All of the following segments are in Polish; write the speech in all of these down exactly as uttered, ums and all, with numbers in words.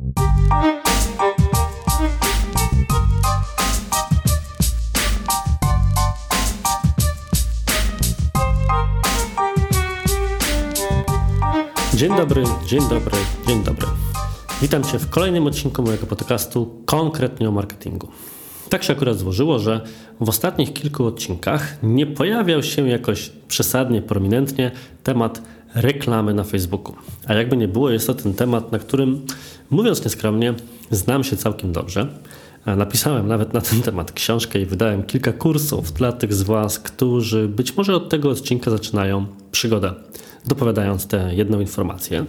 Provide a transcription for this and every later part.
Dzień dobry, dzień dobry, dzień dobry. Witam Cię w kolejnym odcinku mojego podcastu konkretnie o marketingu. Tak się akurat złożyło, że w ostatnich kilku odcinkach nie pojawiał się jakoś przesadnie, prominentnie temat reklamy na Facebooku. A jakby nie było, jest to ten temat, na którym, mówiąc nieskromnie, znam się całkiem dobrze. Napisałem nawet na ten temat książkę i wydałem kilka kursów dla tych z Was, którzy być może od tego odcinka zaczynają przygodę, dopowiadając tę jedną informację.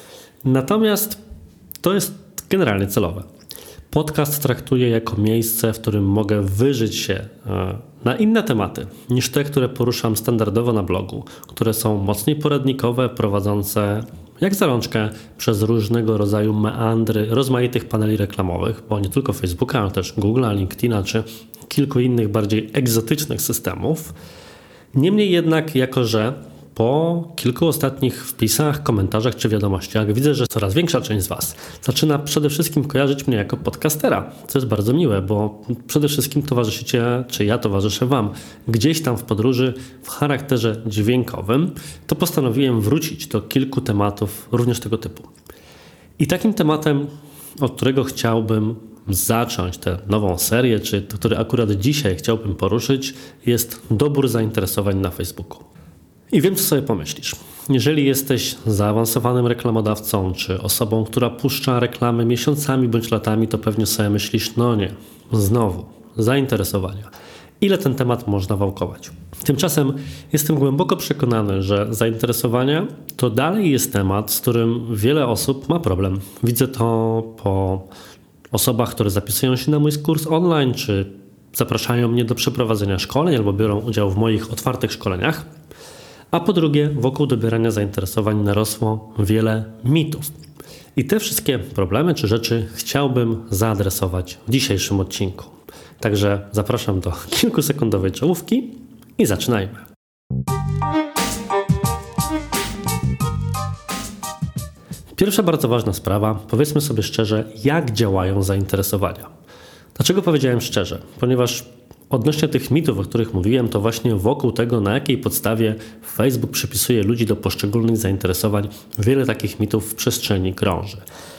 Natomiast to jest generalnie celowe. Podcast traktuję jako miejsce, w którym mogę wyżyć się na inne tematy niż te, które poruszam standardowo na blogu, które są mocniej poradnikowe, prowadzące jak za rączkę przez różnego rodzaju meandry rozmaitych paneli reklamowych, bo nie tylko Facebooka, ale też Google'a, LinkedIna czy kilku innych bardziej egzotycznych systemów. Niemniej jednak, jako że po kilku ostatnich wpisach, komentarzach czy wiadomościach widzę, że coraz większa część z Was zaczyna przede wszystkim kojarzyć mnie jako podcastera, co jest bardzo miłe, bo przede wszystkim towarzyszycie, czy ja towarzyszę Wam gdzieś tam w podróży w charakterze dźwiękowym, to postanowiłem wrócić do kilku tematów również tego typu. I takim tematem, od którego chciałbym zacząć tę nową serię, czy który akurat dzisiaj chciałbym poruszyć, jest dobór zainteresowań na Facebooku. I wiem, co sobie pomyślisz. Jeżeli jesteś zaawansowanym reklamodawcą, czy osobą, która puszcza reklamy miesiącami bądź latami, to pewnie sobie myślisz, no nie, znowu, zainteresowania. Ile ten temat można wałkować? Tymczasem jestem głęboko przekonany, że zainteresowania to dalej jest temat, z którym wiele osób ma problem. Widzę to po osobach, które zapisują się na mój kurs online, czy zapraszają mnie do przeprowadzenia szkoleń, albo biorą udział w moich otwartych szkoleniach. A po drugie, wokół dobierania zainteresowań narosło wiele mitów. I te wszystkie problemy czy rzeczy chciałbym zaadresować w dzisiejszym odcinku. Także zapraszam do kilkusekundowej czołówki i zaczynajmy. Pierwsza bardzo ważna sprawa, powiedzmy sobie szczerze, jak działają zainteresowania. Dlaczego powiedziałem szczerze? Ponieważ odnośnie tych mitów, o których mówiłem, to właśnie wokół tego, na jakiej podstawie Facebook przypisuje ludzi do poszczególnych zainteresowań, wiele takich mitów w przestrzeni krąży.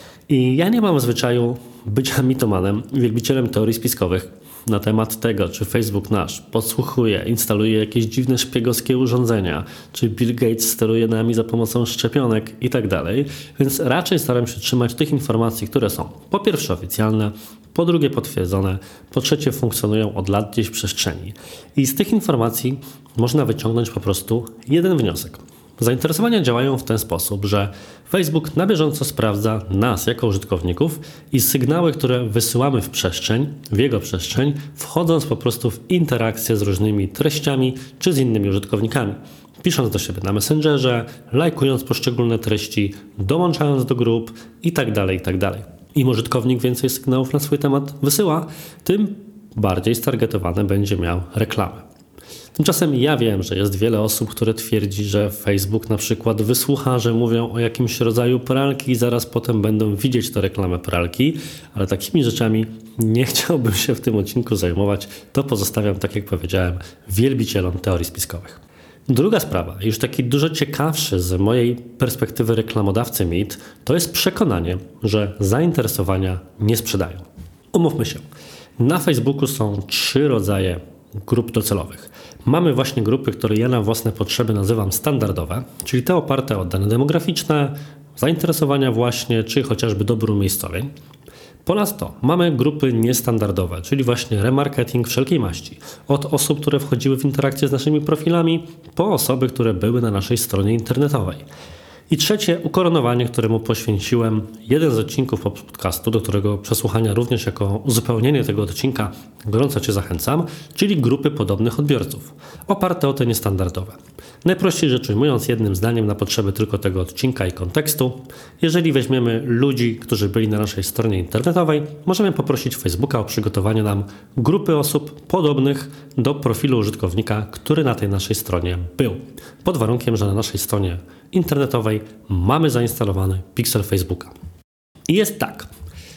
I ja nie mam zwyczaju bycia mitomanem, wielbicielem teorii spiskowych na temat tego, czy Facebook nasz podsłuchuje, instaluje jakieś dziwne szpiegowskie urządzenia, czy Bill Gates steruje nami za pomocą szczepionek i tak dalej. Więc raczej staram się trzymać tych informacji, które są po pierwsze oficjalne, po drugie potwierdzone, po trzecie funkcjonują od lat gdzieś w przestrzeni. I z tych informacji można wyciągnąć po prostu jeden wniosek. Zainteresowania działają w ten sposób, że Facebook na bieżąco sprawdza nas jako użytkowników i sygnały, które wysyłamy w przestrzeń, w jego przestrzeń, wchodząc po prostu w interakcję z różnymi treściami czy z innymi użytkownikami. Pisząc do siebie na Messengerze, lajkując poszczególne treści, dołączając do grup itd., itd. Im użytkownik więcej sygnałów na swój temat wysyła, tym bardziej stargetowane będzie miał reklamy. Tymczasem ja wiem, że jest wiele osób, które twierdzi, że Facebook na przykład wysłucha, że mówią o jakimś rodzaju pralki i zaraz potem będą widzieć tę reklamę pralki, ale takimi rzeczami nie chciałbym się w tym odcinku zajmować. To pozostawiam, tak jak powiedziałem, wielbicielom teorii spiskowych. Druga sprawa, już taki dużo ciekawszy z mojej perspektywy reklamodawcy mit, to jest przekonanie, że zainteresowania nie sprzedają. Umówmy się, na Facebooku są trzy rodzaje grup docelowych. Mamy właśnie grupy, które ja na własne potrzeby nazywam standardowe, czyli te oparte o dane demograficzne, zainteresowania właśnie, czy chociażby dobór umiejscowień. Ponadto mamy grupy niestandardowe, czyli właśnie remarketing wszelkiej maści. Od osób, które wchodziły w interakcję z naszymi profilami, po osoby, które były na naszej stronie internetowej. I trzecie, ukoronowanie, któremu poświęciłem jeden z odcinków podcastu, do którego przesłuchania również jako uzupełnienie tego odcinka gorąco Cię zachęcam, czyli grupy podobnych odbiorców, oparte o te niestandardowe. Najprościej rzecz ujmując, jednym zdaniem na potrzeby tylko tego odcinka i kontekstu, jeżeli weźmiemy ludzi, którzy byli na naszej stronie internetowej, możemy poprosić Facebooka o przygotowanie nam grupy osób podobnych do profilu użytkownika, który na tej naszej stronie był. Pod warunkiem, że na naszej stronie internetowej mamy zainstalowany piksel Facebooka. I jest tak,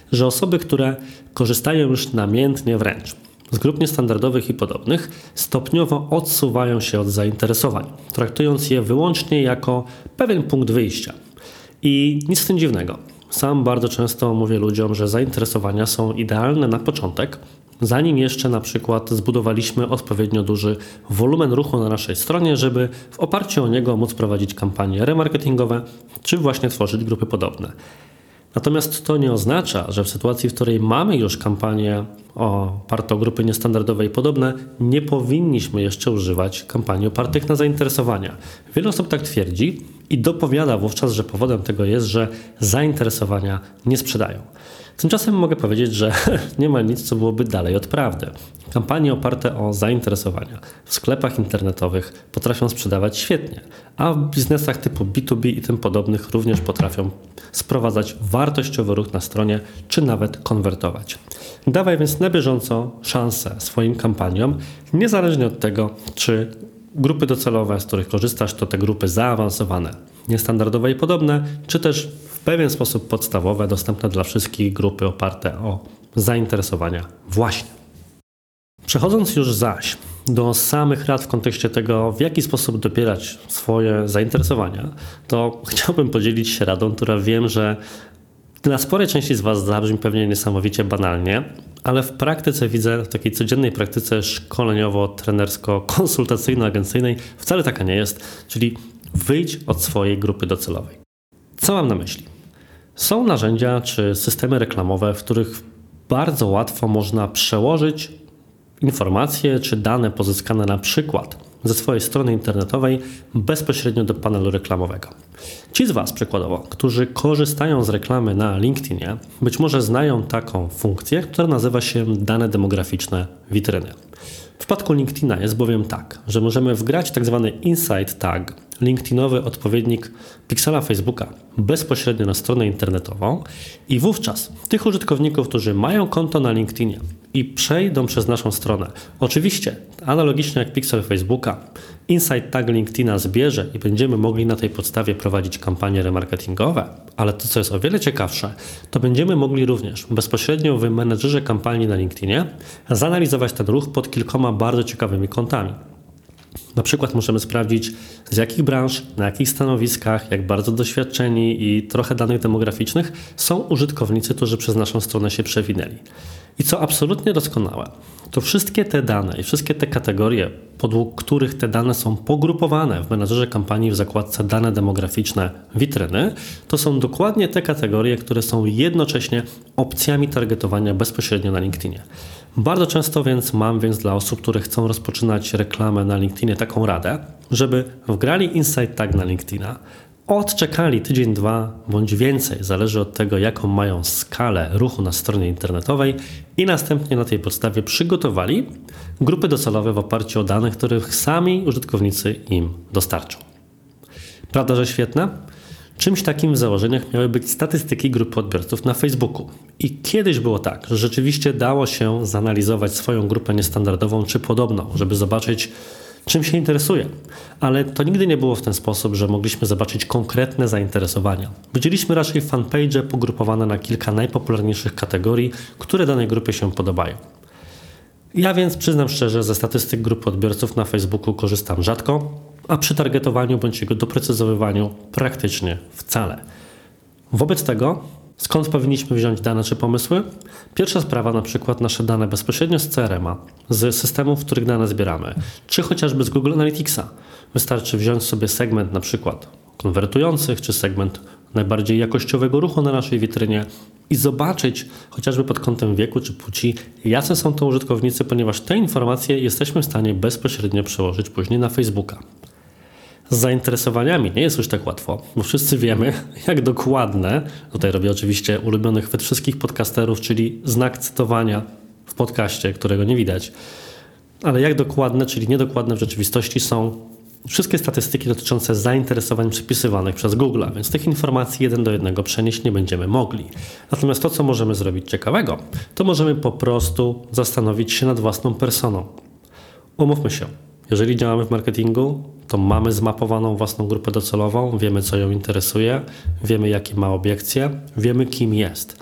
że osoby, które korzystają już namiętnie wręcz z grup niestandardowych i podobnych, stopniowo odsuwają się od zainteresowań, traktując je wyłącznie jako pewien punkt wyjścia. I nic w tym dziwnego. Sam bardzo często mówię ludziom, że zainteresowania są idealne na początek, zanim jeszcze na przykład zbudowaliśmy odpowiednio duży wolumen ruchu na naszej stronie, żeby w oparciu o niego móc prowadzić kampanie remarketingowe, czy właśnie tworzyć grupy podobne. Natomiast to nie oznacza, że w sytuacji, w której mamy już kampanię oparte o grupy niestandardowe i podobne, nie powinniśmy jeszcze używać kampanii opartych na zainteresowania. Wiele osób tak twierdzi i dopowiada wówczas, że powodem tego jest, że zainteresowania nie sprzedają. Tymczasem mogę powiedzieć, że nie ma nic, co byłoby dalej od prawdy. Kampanie oparte o zainteresowania w sklepach internetowych potrafią sprzedawać świetnie, a w biznesach typu B dwa B i tym podobnych również potrafią sprowadzać wartościowy ruch na stronie, czy nawet konwertować. Dawaj więc na bieżąco szansę swoim kampaniom, niezależnie od tego, czy grupy docelowe, z których korzystasz, to te grupy zaawansowane, niestandardowe i podobne, czy też w pewien sposób podstawowe, dostępne dla wszystkich grupy oparte o zainteresowania właśnie. Przechodząc już zaś do samych rad w kontekście tego, w jaki sposób dobierać swoje zainteresowania, to chciałbym podzielić się radą, która wiem, że dla sporej części z Was zabrzmi pewnie niesamowicie banalnie, ale w praktyce widzę, w takiej codziennej praktyce szkoleniowo-trenersko-konsultacyjno-agencyjnej wcale taka nie jest, czyli wyjdź od swojej grupy docelowej. Co mam na myśli? Są narzędzia czy systemy reklamowe, w których bardzo łatwo można przełożyć informacje czy dane pozyskane na przykład ze swojej strony internetowej bezpośrednio do panelu reklamowego. Ci z Was przykładowo, którzy korzystają z reklamy na LinkedInie, być może znają taką funkcję, która nazywa się dane demograficzne witryny. W przypadku LinkedIna jest bowiem tak, że możemy wgrać tzw. Insight Tag, LinkedInowy odpowiednik Pixela Facebooka, bezpośrednio na stronę internetową i wówczas tych użytkowników, którzy mają konto na LinkedInie i przejdą przez naszą stronę, oczywiście analogicznie jak Pixel Facebooka, Insight Tag LinkedIna zbierze i będziemy mogli na tej podstawie prowadzić kampanie remarketingowe, ale to, co jest o wiele ciekawsze, to będziemy mogli również bezpośrednio w menedżerze kampanii na LinkedInie zanalizować ten ruch pod kilkoma bardzo ciekawymi kątami. Na przykład możemy sprawdzić, z jakich branż, na jakich stanowiskach, jak bardzo doświadczeni i trochę danych demograficznych są użytkownicy, którzy przez naszą stronę się przewinęli. I co absolutnie doskonałe, to wszystkie te dane i wszystkie te kategorie, podług których te dane są pogrupowane w menedżerze kampanii w zakładce dane demograficzne witryny, to są dokładnie te kategorie, które są jednocześnie opcjami targetowania bezpośrednio na LinkedInie. Bardzo często więc mam więc dla osób, które chcą rozpoczynać reklamę na LinkedInie taką radę, żeby wgrali Insight Tag na LinkedIna, odczekali tydzień, dwa bądź więcej, zależy od tego, jaką mają skalę ruchu na stronie internetowej i następnie na tej podstawie przygotowali grupy docelowe w oparciu o dane, których sami użytkownicy im dostarczą. Prawda, że świetne? Czymś takim w założeniach miały być statystyki grupy odbiorców na Facebooku. I kiedyś było tak, że rzeczywiście dało się zanalizować swoją grupę niestandardową czy podobną, żeby zobaczyć, czym się interesuje. Ale to nigdy nie było w ten sposób, że mogliśmy zobaczyć konkretne zainteresowania. Widzieliśmy raczej fanpage pogrupowane na kilka najpopularniejszych kategorii, które danej grupie się podobają. Ja więc przyznam szczerze, ze statystyk grupy odbiorców na Facebooku korzystam rzadko, a przy targetowaniu bądź jego doprecyzowywaniu praktycznie wcale. Wobec tego, skąd powinniśmy wziąć dane czy pomysły? Pierwsza sprawa, na przykład nasze dane bezpośrednio z C R M a, z systemów, w których dane zbieramy, czy chociażby z Google Analyticsa. Wystarczy wziąć sobie segment na przykład konwertujących, czy segment najbardziej jakościowego ruchu na naszej witrynie i zobaczyć chociażby pod kątem wieku czy płci, jacy są to użytkownicy, ponieważ te informacje jesteśmy w stanie bezpośrednio przełożyć później na Facebooka. Z zainteresowaniami nie jest już tak łatwo, bo wszyscy wiemy, jak dokładne, tutaj robię oczywiście ulubiony chwyt wszystkich podcasterów, czyli znak cytowania w podcaście, którego nie widać, ale jak dokładne, czyli niedokładne w rzeczywistości są wszystkie statystyki dotyczące zainteresowań przypisywanych przez Google, więc tych informacji jeden do jednego przenieść nie będziemy mogli. Natomiast to, co możemy zrobić ciekawego, to możemy po prostu zastanowić się nad własną personą. Umówmy się, jeżeli działamy w marketingu, to mamy zmapowaną własną grupę docelową, wiemy, co ją interesuje, wiemy, jakie ma obiekcje, wiemy, kim jest.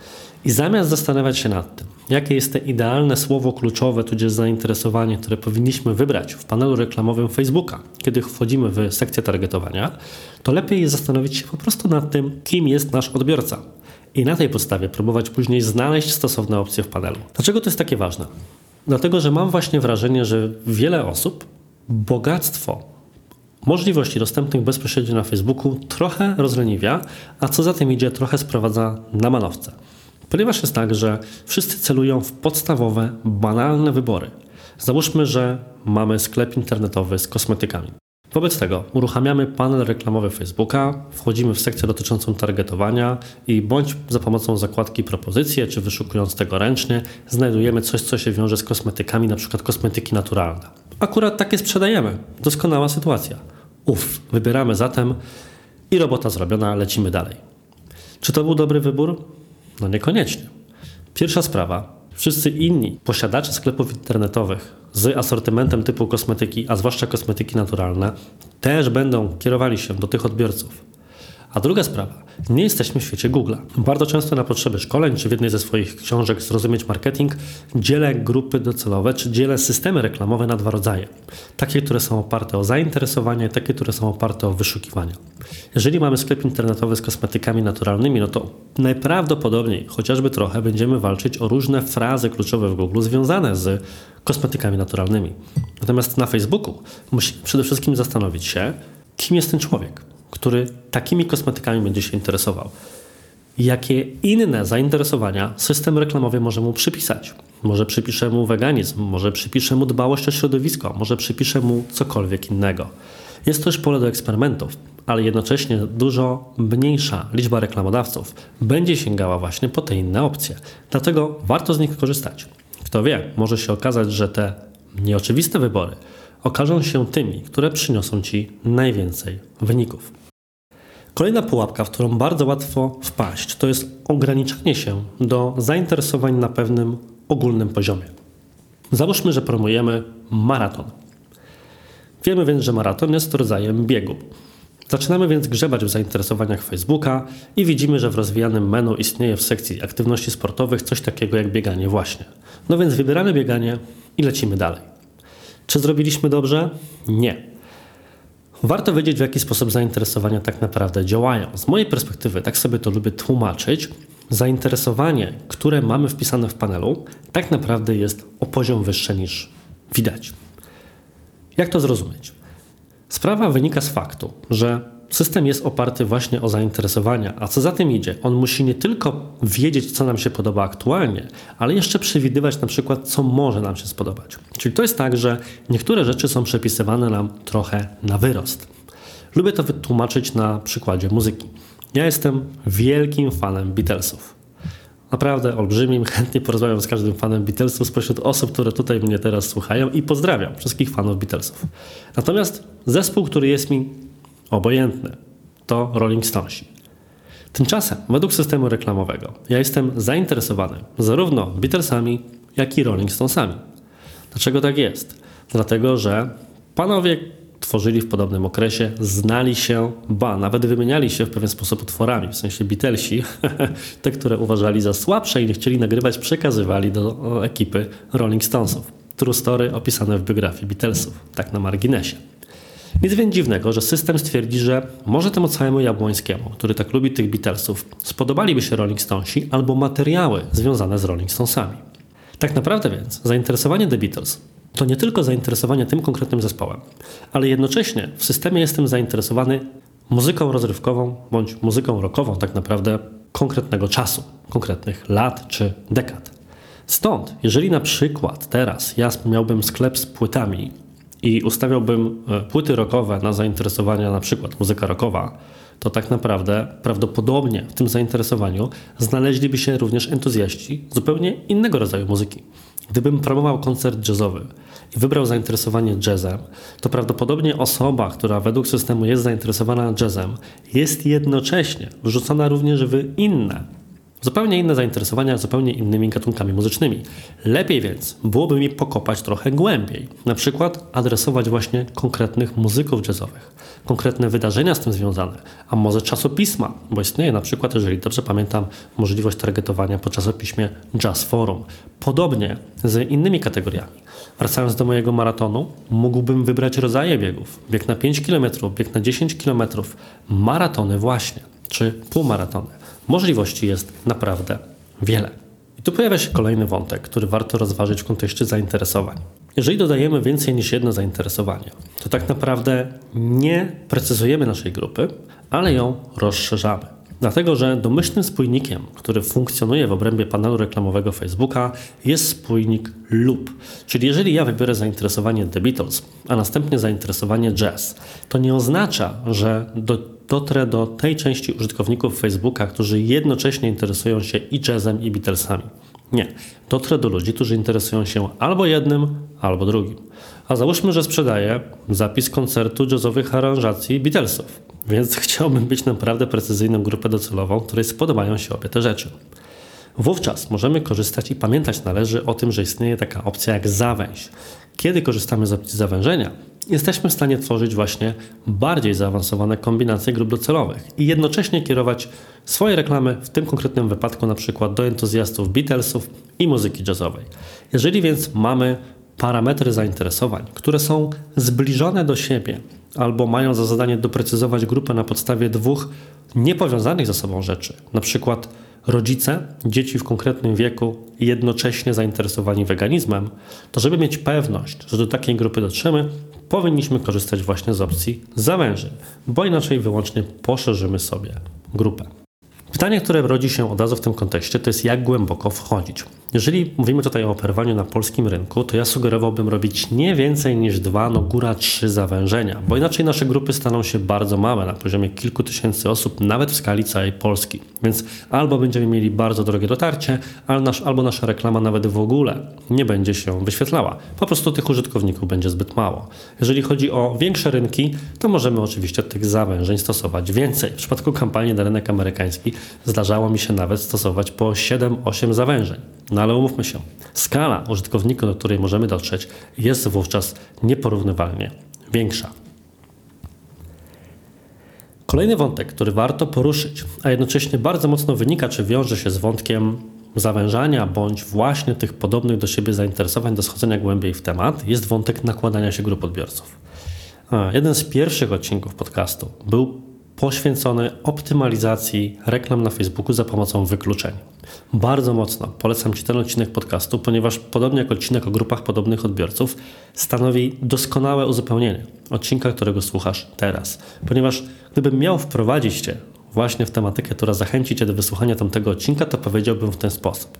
I zamiast zastanawiać się nad tym, jakie jest to idealne słowo kluczowe, tudzież zainteresowanie, które powinniśmy wybrać w panelu reklamowym Facebooka, kiedy wchodzimy w sekcję targetowania, to lepiej jest zastanowić się po prostu nad tym, kim jest nasz odbiorca. I na tej podstawie próbować później znaleźć stosowne opcje w panelu. Dlaczego to jest takie ważne? Dlatego, że mam właśnie wrażenie, że wiele osób bogactwo możliwości dostępnych bezpośrednio na Facebooku trochę rozleniwia, a co za tym idzie, trochę sprowadza na manowce. Ponieważ jest tak, że wszyscy celują w podstawowe, banalne wybory. Załóżmy, że mamy sklep internetowy z kosmetykami. Wobec tego uruchamiamy panel reklamowy Facebooka, wchodzimy w sekcję dotyczącą targetowania i bądź za pomocą zakładki propozycje, czy wyszukując tego ręcznie, znajdujemy coś, co się wiąże z kosmetykami, na przykład kosmetyki naturalne. Akurat takie sprzedajemy. Doskonała sytuacja. Uff, wybieramy zatem i robota zrobiona, lecimy dalej. Czy to był dobry wybór? No niekoniecznie. Pierwsza sprawa. Wszyscy inni posiadacze sklepów internetowych z asortymentem typu kosmetyki, a zwłaszcza kosmetyki naturalne, też będą kierowali się do tych odbiorców. A druga sprawa, nie jesteśmy w świecie Google'a. Bardzo często na potrzeby szkoleń, czy w jednej ze swoich książek Zrozumieć Marketing, dzielę grupy docelowe, czy dzielę systemy reklamowe na dwa rodzaje. Takie, które są oparte o zainteresowanie, takie, które są oparte o wyszukiwania. Jeżeli mamy sklep internetowy z kosmetykami naturalnymi, no to najprawdopodobniej, chociażby trochę, będziemy walczyć o różne frazy kluczowe w Google związane z kosmetykami naturalnymi. Natomiast na Facebooku musimy przede wszystkim zastanowić się, kim jest ten człowiek, który takimi kosmetykami będzie się interesował. Jakie inne zainteresowania system reklamowy może mu przypisać? Może przypisze mu weganizm, może przypisze mu dbałość o środowisko, może przypisze mu cokolwiek innego. Jest to już pole do eksperymentów, ale jednocześnie dużo mniejsza liczba reklamodawców będzie sięgała właśnie po te inne opcje. Dlatego warto z nich korzystać. Kto wie, może się okazać, że te nieoczywiste wybory okażą się tymi, które przyniosą Ci najwięcej wyników. Kolejna pułapka, w którą bardzo łatwo wpaść, to jest ograniczanie się do zainteresowań na pewnym ogólnym poziomie. Załóżmy, że promujemy maraton. Wiemy więc, że maraton jest rodzajem biegu. Zaczynamy więc grzebać w zainteresowaniach Facebooka i widzimy, że w rozwijanym menu istnieje w sekcji aktywności sportowych coś takiego jak bieganie właśnie. No więc wybieramy bieganie i lecimy dalej. Czy zrobiliśmy dobrze? Nie. Warto wiedzieć, w jaki sposób zainteresowania tak naprawdę działają. Z mojej perspektywy, tak sobie to lubię tłumaczyć, zainteresowanie, które mamy wpisane w panelu, tak naprawdę jest o poziom wyższy niż widać. Jak to zrozumieć? Sprawa wynika z faktu, że system jest oparty właśnie o zainteresowania, a co za tym idzie, on musi nie tylko wiedzieć, co nam się podoba aktualnie, ale jeszcze przewidywać na przykład, co może nam się spodobać. Czyli to jest tak, że niektóre rzeczy są przepisywane nam trochę na wyrost. Lubię to wytłumaczyć na przykładzie muzyki. Ja jestem wielkim fanem Beatlesów. Naprawdę olbrzymim, chętnie porozmawiam z każdym fanem Beatlesów spośród osób, które tutaj mnie teraz słuchają i pozdrawiam wszystkich fanów Beatlesów. Natomiast zespół, który jest mi obojętny, to Rolling Stonesi. Tymczasem, według systemu reklamowego, ja jestem zainteresowany zarówno Beatlesami, jak i Rolling Stonesami. Dlaczego tak jest? Dlatego, że panowie tworzyli w podobnym okresie, znali się, ba, nawet wymieniali się w pewien sposób utworami, w sensie Beatlesi, te, które uważali za słabsze i nie chcieli nagrywać, przekazywali do ekipy Rolling Stonesów. True story opisane w biografii Beatlesów, tak na marginesie. Nic więc dziwnego, że system stwierdzi, że może temu całemu Jabłońskiemu, który tak lubi tych Beatlesów, spodobaliby się Rolling Stonesi albo materiały związane z Rolling Stonesami. Tak naprawdę więc zainteresowanie The Beatles to nie tylko zainteresowanie tym konkretnym zespołem, ale jednocześnie w systemie jestem zainteresowany muzyką rozrywkową bądź muzyką rockową tak naprawdę konkretnego czasu, konkretnych lat czy dekad. Stąd, jeżeli na przykład teraz ja miałbym sklep z płytami i ustawiałbym płyty rockowe na zainteresowania na przykład muzyka rockowa, to tak naprawdę prawdopodobnie w tym zainteresowaniu znaleźliby się również entuzjaści zupełnie innego rodzaju muzyki. Gdybym promował koncert jazzowy i wybrał zainteresowanie jazzem, to prawdopodobnie osoba, która według systemu jest zainteresowana jazzem, jest jednocześnie wrzucona również w inne Zupełnie inne zainteresowania, zupełnie innymi gatunkami muzycznymi. Lepiej więc byłoby mi pokopać trochę głębiej. Na przykład adresować właśnie konkretnych muzyków jazzowych, konkretne wydarzenia z tym związane, a może czasopisma, bo istnieje na przykład, jeżeli dobrze pamiętam, możliwość targetowania po czasopiśmie Jazz Forum. Podobnie z innymi kategoriami. Wracając do mojego maratonu, mógłbym wybrać rodzaje biegów. Bieg na pięć kilometrów, bieg na dziesięć kilometrów, maratony właśnie, czy półmaratony. Możliwości jest naprawdę wiele. I tu pojawia się kolejny wątek, który warto rozważyć w kontekście zainteresowań. Jeżeli dodajemy więcej niż jedno zainteresowanie, to tak naprawdę nie precyzujemy naszej grupy, ale ją rozszerzamy. Dlatego, że domyślnym spójnikiem, który funkcjonuje w obrębie panelu reklamowego Facebooka, jest spójnik lub. Czyli jeżeli ja wybiorę zainteresowanie The Beatles, a następnie zainteresowanie jazz, to nie oznacza, że do, dotrę do tej części użytkowników Facebooka, którzy jednocześnie interesują się i jazzem, i Beatlesami. Nie. Dotrę do ludzi, którzy interesują się albo jednym, albo drugim. A załóżmy, że sprzedaję zapis koncertu jazzowych aranżacji Beatlesów. Więc chciałbym być naprawdę precyzyjną grupę docelową, której spodobają się obie te rzeczy. Wówczas możemy korzystać i pamiętać należy o tym, że istnieje taka opcja jak zawęź. Kiedy korzystamy z opcji zawężenia, jesteśmy w stanie tworzyć właśnie bardziej zaawansowane kombinacje grup docelowych i jednocześnie kierować swoje reklamy, w tym konkretnym wypadku na przykład do entuzjastów Beatlesów i muzyki jazzowej. Jeżeli więc mamy parametry zainteresowań, które są zbliżone do siebie albo mają za zadanie doprecyzować grupę na podstawie dwóch niepowiązanych ze sobą rzeczy, na przykład rodzice, dzieci w konkretnym wieku jednocześnie zainteresowani weganizmem, to żeby mieć pewność, że do takiej grupy dotrzemy, powinniśmy korzystać właśnie z opcji zawężeń, bo inaczej wyłącznie poszerzymy sobie grupę. Pytanie, które rodzi się od razu w tym kontekście, to jest jak głęboko wchodzić. Jeżeli mówimy tutaj o operowaniu na polskim rynku, to ja sugerowałbym robić nie więcej niż dwa, no góra trzy zawężenia, bo inaczej nasze grupy staną się bardzo małe na poziomie kilku tysięcy osób, nawet w skali całej Polski. Więc albo będziemy mieli bardzo drogie dotarcie, albo nasza reklama nawet w ogóle nie będzie się wyświetlała. Po prostu tych użytkowników będzie zbyt mało. Jeżeli chodzi o większe rynki, to możemy oczywiście tych zawężeń stosować więcej. W przypadku kampanii na rynek amerykański zdarzało mi się nawet stosować po siedem osiem zawężeń. No ale umówmy się, skala użytkowników, do której możemy dotrzeć, jest wówczas nieporównywalnie większa. Kolejny wątek, który warto poruszyć, a jednocześnie bardzo mocno wynika, czy wiąże się z wątkiem zawężania bądź właśnie tych podobnych do siebie zainteresowań do schodzenia głębiej w temat, jest wątek nakładania się grup odbiorców. A, jeden z pierwszych odcinków podcastu był poświęcony optymalizacji reklam na Facebooku za pomocą wykluczeń. Bardzo mocno polecam Ci ten odcinek podcastu, ponieważ podobnie jak odcinek o grupach podobnych odbiorców stanowi doskonałe uzupełnienie odcinka, którego słuchasz teraz. Ponieważ gdybym miał wprowadzić Cię właśnie w tematykę, która zachęci Cię do wysłuchania tamtego odcinka, to powiedziałbym w ten sposób.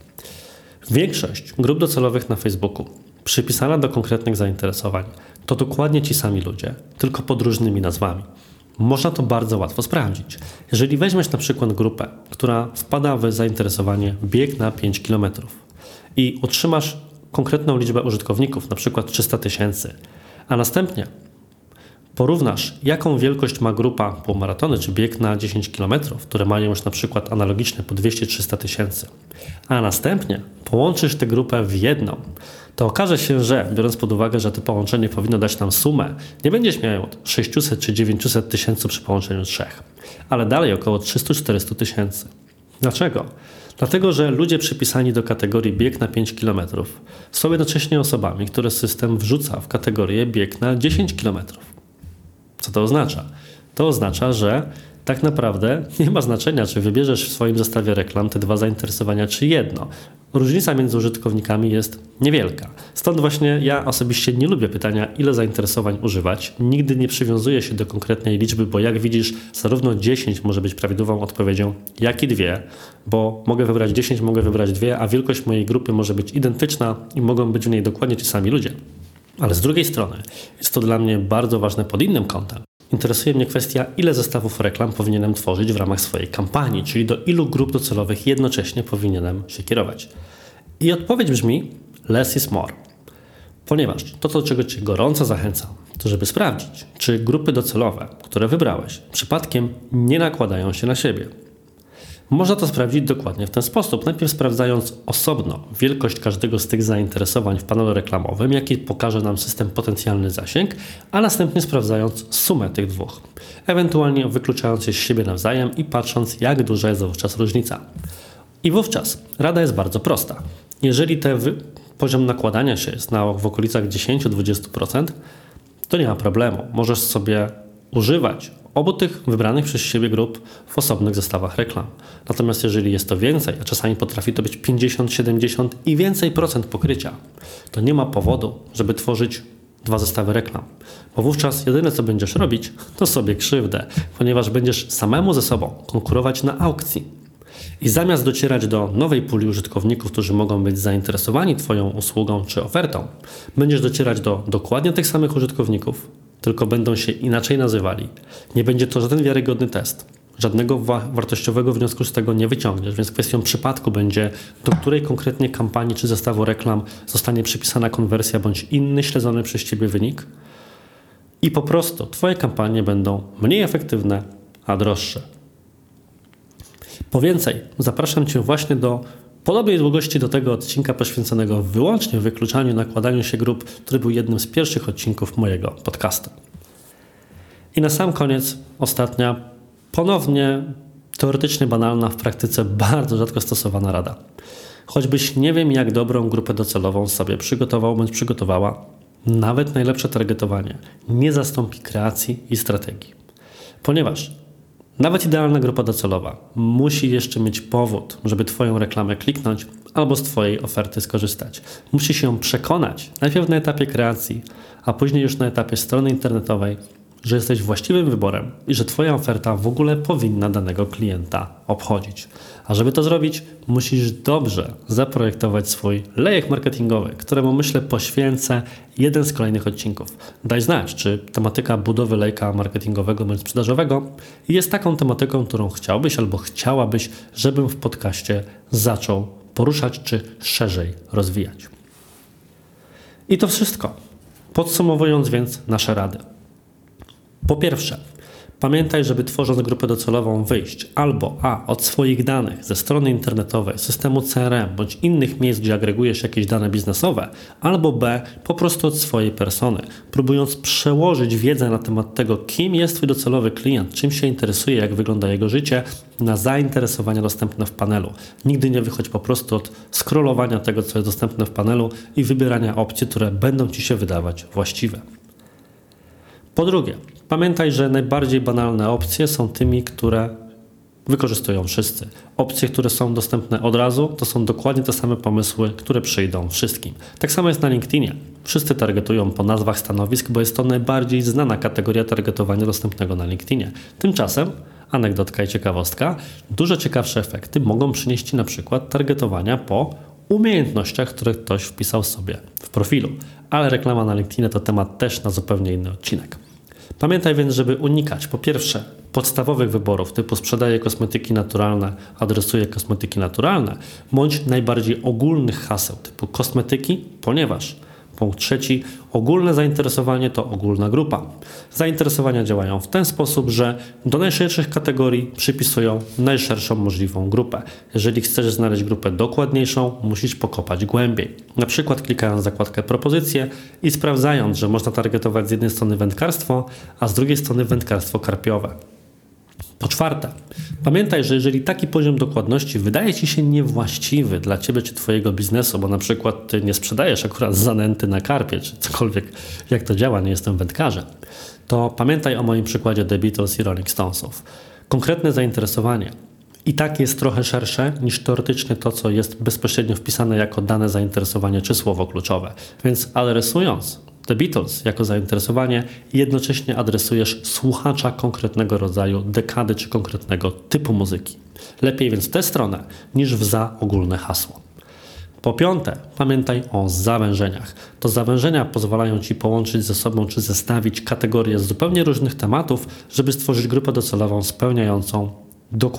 Większość grup docelowych na Facebooku przypisana do konkretnych zainteresowań to dokładnie ci sami ludzie, tylko pod różnymi nazwami. Można to bardzo łatwo sprawdzić. Jeżeli weźmiesz na przykład grupę, która wpada w zainteresowanie bieg na pięć kilometrów i otrzymasz konkretną liczbę użytkowników, na przykład trzysta tysięcy, a następnie porównasz, jaką wielkość ma grupa półmaratony czy bieg na dziesięć kilometrów, które mają już na przykład analogiczne po dwieście trzysta tysięcy, a następnie połączysz tę grupę w jedną, to okaże się, że biorąc pod uwagę, że to połączenie powinno dać nam sumę, nie będziesz miał sześćset czy dziewięćset tysięcy przy połączeniu trzech, ale dalej około trzysta czterysta tysięcy. Dlaczego? Dlatego, że ludzie przypisani do kategorii bieg na pięć kilometrów są jednocześnie osobami, które system wrzuca w kategorię bieg na dziesięć kilometrów. Co to oznacza? To oznacza, że tak naprawdę nie ma znaczenia, czy wybierzesz w swoim zestawie reklam te dwa zainteresowania, czy jedno. Różnica między użytkownikami jest niewielka. Stąd właśnie ja osobiście nie lubię pytania, ile zainteresowań używać. Nigdy nie przywiązuję się do konkretnej liczby, bo jak widzisz, zarówno dziesięć może być prawidłową odpowiedzią, jak i dwie, bo mogę wybrać dziesięć, mogę wybrać dwie, a wielkość mojej grupy może być identyczna i mogą być w niej dokładnie ci sami ludzie. Ale z drugiej strony jest to dla mnie bardzo ważne pod innym kątem. Interesuje mnie kwestia, ile zestawów reklam powinienem tworzyć w ramach swojej kampanii, czyli do ilu grup docelowych jednocześnie powinienem się kierować. I odpowiedź brzmi less is more. Ponieważ to, do czego Cię gorąco zachęcam, to żeby sprawdzić, czy grupy docelowe, które wybrałeś, przypadkiem nie nakładają się na siebie. Można to sprawdzić dokładnie w ten sposób. Najpierw sprawdzając osobno wielkość każdego z tych zainteresowań w panelu reklamowym, jaki pokaże nam system potencjalny zasięg, a następnie sprawdzając sumę tych dwóch. Ewentualnie wykluczając je z siebie nawzajem i patrząc, jak duża jest wówczas różnica. I wówczas rada jest bardzo prosta. Jeżeli ten poziom nakładania się jest na, w okolicach dziesięć do dwudziestu procent, to nie ma problemu. Możesz sobie używać obu tych wybranych przez siebie grup w osobnych zestawach reklam. Natomiast jeżeli jest to więcej, a czasami potrafi to być pięćdziesiąt, siedemdziesiąt i więcej procent pokrycia, to nie ma powodu, żeby tworzyć dwa zestawy reklam. Bo wówczas jedyne, co będziesz robić, to sobie krzywdę, ponieważ będziesz samemu ze sobą konkurować na aukcji. I zamiast docierać do nowej puli użytkowników, którzy mogą być zainteresowani Twoją usługą czy ofertą, będziesz docierać do dokładnie tych samych użytkowników, tylko będą się inaczej nazywali. Nie będzie to żaden wiarygodny test. Żadnego wa- wartościowego wniosku z tego nie wyciągniesz, więc kwestią przypadku będzie, do której konkretnie kampanii czy zestawu reklam zostanie przypisana konwersja bądź inny śledzony przez Ciebie wynik. I po prostu Twoje kampanie będą mniej efektywne, a droższe. Po więcej, zapraszam Cię właśnie do podobnej długości do tego odcinka poświęconego wyłącznie wykluczaniu i nakładaniu się grup, który był jednym z pierwszych odcinków mojego podcastu. I na sam koniec ostatnia, ponownie teoretycznie banalna, w praktyce bardzo rzadko stosowana rada. Choćbyś nie wiem jak dobrą grupę docelową sobie przygotował bądź przygotowała, nawet najlepsze targetowanie nie zastąpi kreacji i strategii. Ponieważ nawet idealna grupa docelowa musi jeszcze mieć powód, żeby Twoją reklamę kliknąć albo z Twojej oferty skorzystać. Musi się przekonać, najpierw na etapie kreacji, a później już na etapie strony internetowej, że jesteś właściwym wyborem i że Twoja oferta w ogóle powinna danego klienta obchodzić. A żeby to zrobić, musisz dobrze zaprojektować swój lejek marketingowy, któremu myślę poświęcę jeden z kolejnych odcinków. Daj znać, czy tematyka budowy lejka marketingowego bądź sprzedażowego jest taką tematyką, którą chciałbyś albo chciałabyś, żebym w podcaście zaczął poruszać czy szerzej rozwijać. I to wszystko. Podsumowując więc nasze rady. Po pierwsze, pamiętaj, żeby tworząc grupę docelową wyjść albo a. od swoich danych ze strony internetowej, systemu C R M bądź innych miejsc, gdzie agregujesz jakieś dane biznesowe, albo b. po prostu od swojej persony, próbując przełożyć wiedzę na temat tego, kim jest Twój docelowy klient, czym się interesuje, jak wygląda jego życie, na zainteresowania dostępne w panelu. Nigdy nie wychodź po prostu od scrollowania tego, co jest dostępne w panelu i wybierania opcji, które będą Ci się wydawać właściwe. Po drugie, pamiętaj, że najbardziej banalne opcje są tymi, które wykorzystują wszyscy. Opcje, które są dostępne od razu, to są dokładnie te same pomysły, które przyjdą wszystkim. Tak samo jest na LinkedInie. Wszyscy targetują po nazwach stanowisk, bo jest to najbardziej znana kategoria targetowania dostępnego na LinkedInie. Tymczasem, anegdotka i ciekawostka, dużo ciekawsze efekty mogą przynieść na przykład targetowania po umiejętnościach, które ktoś wpisał sobie w profilu. Ale reklama na LinkedInie to temat też na zupełnie inny odcinek. Pamiętaj więc, żeby unikać po pierwsze podstawowych wyborów typu sprzedaję kosmetyki naturalne, adresuję kosmetyki naturalne, bądź najbardziej ogólnych haseł typu kosmetyki, ponieważ punkt trzeci, ogólne zainteresowanie to ogólna grupa. Zainteresowania działają w ten sposób, że do najszerszych kategorii przypisują najszerszą możliwą grupę. Jeżeli chcesz znaleźć grupę dokładniejszą, musisz pokopać głębiej. Na przykład klikając zakładkę propozycje i sprawdzając, że można targetować z jednej strony wędkarstwo, a z drugiej strony wędkarstwo karpiowe. Po czwarte, pamiętaj, że jeżeli taki poziom dokładności wydaje Ci się niewłaściwy dla Ciebie czy Twojego biznesu, bo na przykład Ty nie sprzedajesz akurat zanęty na karpie, czy cokolwiek, jak to działa, nie jestem wędkarzem, to pamiętaj o moim przykładzie The Beatles i Rolling Stonesów. Konkretne zainteresowanie i tak jest trochę szersze niż teoretycznie to, co jest bezpośrednio wpisane jako dane zainteresowanie czy słowo kluczowe. Więc adresując The Beatles jako zainteresowanie jednocześnie adresujesz słuchacza konkretnego rodzaju dekady czy konkretnego typu muzyki. Lepiej więc w tę stronę niż w za ogólne hasło. Po piąte, pamiętaj o zawężeniach. To zawężenia pozwalają Ci połączyć ze sobą czy zestawić kategorie z zupełnie różnych tematów, żeby stworzyć grupę docelową spełniającą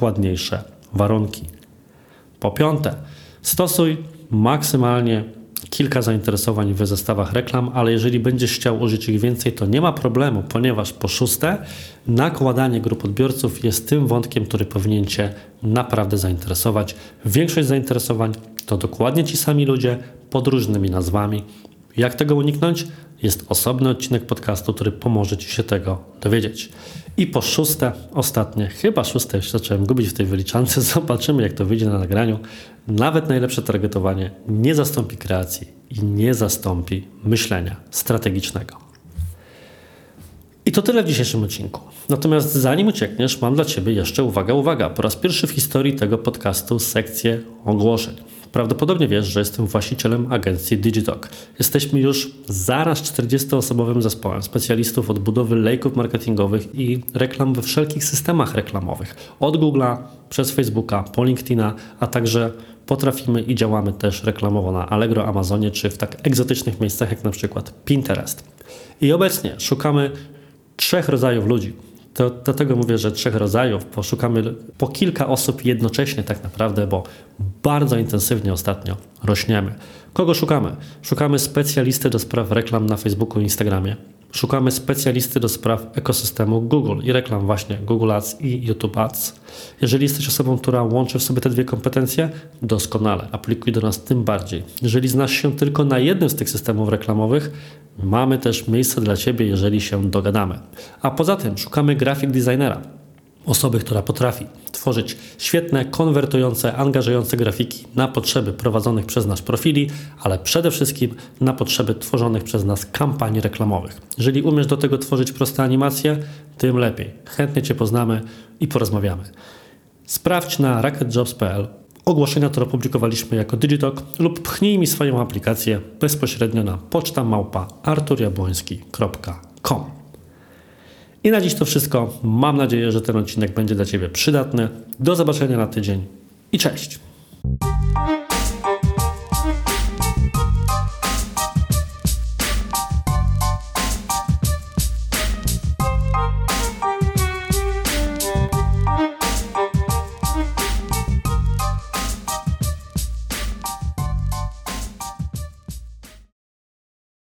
dokładniejsze warunki. Po piąte, stosuj maksymalnie kilka zainteresowań w zestawach reklam, ale jeżeli będziesz chciał użyć ich więcej, to nie ma problemu, ponieważ po szóste, nakładanie grup odbiorców jest tym wątkiem, który powinien Cię naprawdę zainteresować. Większość zainteresowań to dokładnie ci sami ludzie pod różnymi nazwami. Jak tego uniknąć? Jest osobny odcinek podcastu, który pomoże Ci się tego dowiedzieć. I po szóste, ostatnie, chyba szóste, już zacząłem gubić w tej wyliczance, zobaczymy jak to wyjdzie na nagraniu. Nawet najlepsze targetowanie nie zastąpi kreacji i nie zastąpi myślenia strategicznego. I to tyle w dzisiejszym odcinku. Natomiast zanim uciekniesz, mam dla Ciebie jeszcze, uwaga, uwaga, po raz pierwszy w historii tego podcastu sekcję ogłoszeń. Prawdopodobnie wiesz, że jestem właścicielem agencji Digitalk. Jesteśmy już zaraz czterdziestoosobowym zespołem specjalistów od budowy lejków marketingowych i reklam we wszelkich systemach reklamowych. Od Google'a, przez Facebooka, po LinkedIna, a także potrafimy i działamy też reklamowo na Allegro, Amazonie czy w tak egzotycznych miejscach jak na przykład Pinterest. I obecnie szukamy trzech rodzajów ludzi. To, dlatego mówię, że trzech rodzajów, bo szukamy po kilka osób jednocześnie tak naprawdę, bo bardzo intensywnie ostatnio rośniemy. Kogo szukamy? Szukamy specjalisty do spraw reklam na Facebooku i Instagramie. Szukamy specjalisty do spraw ekosystemu Google i reklam właśnie Google Ads i YouTube Ads. Jeżeli jesteś osobą, która łączy w sobie te dwie kompetencje, doskonale, aplikuj do nas tym bardziej. Jeżeli znasz się tylko na jednym z tych systemów reklamowych, mamy też miejsce dla Ciebie, jeżeli się dogadamy. A poza tym szukamy graphic designera. Osoby, która potrafi tworzyć świetne, konwertujące, angażujące grafiki na potrzeby prowadzonych przez nas profili, ale przede wszystkim na potrzeby tworzonych przez nas kampanii reklamowych. Jeżeli umiesz do tego tworzyć proste animacje, tym lepiej. Chętnie Cię poznamy i porozmawiamy. Sprawdź na racket jobs kropka p l ogłoszenia, które opublikowaliśmy jako Digitalk lub pchnij mi swoją aplikację bezpośrednio na poczta małpa artur jabłoński kropka com. I na dziś to wszystko. Mam nadzieję, że ten odcinek będzie dla Ciebie przydatny. Do zobaczenia na tydzień i cześć!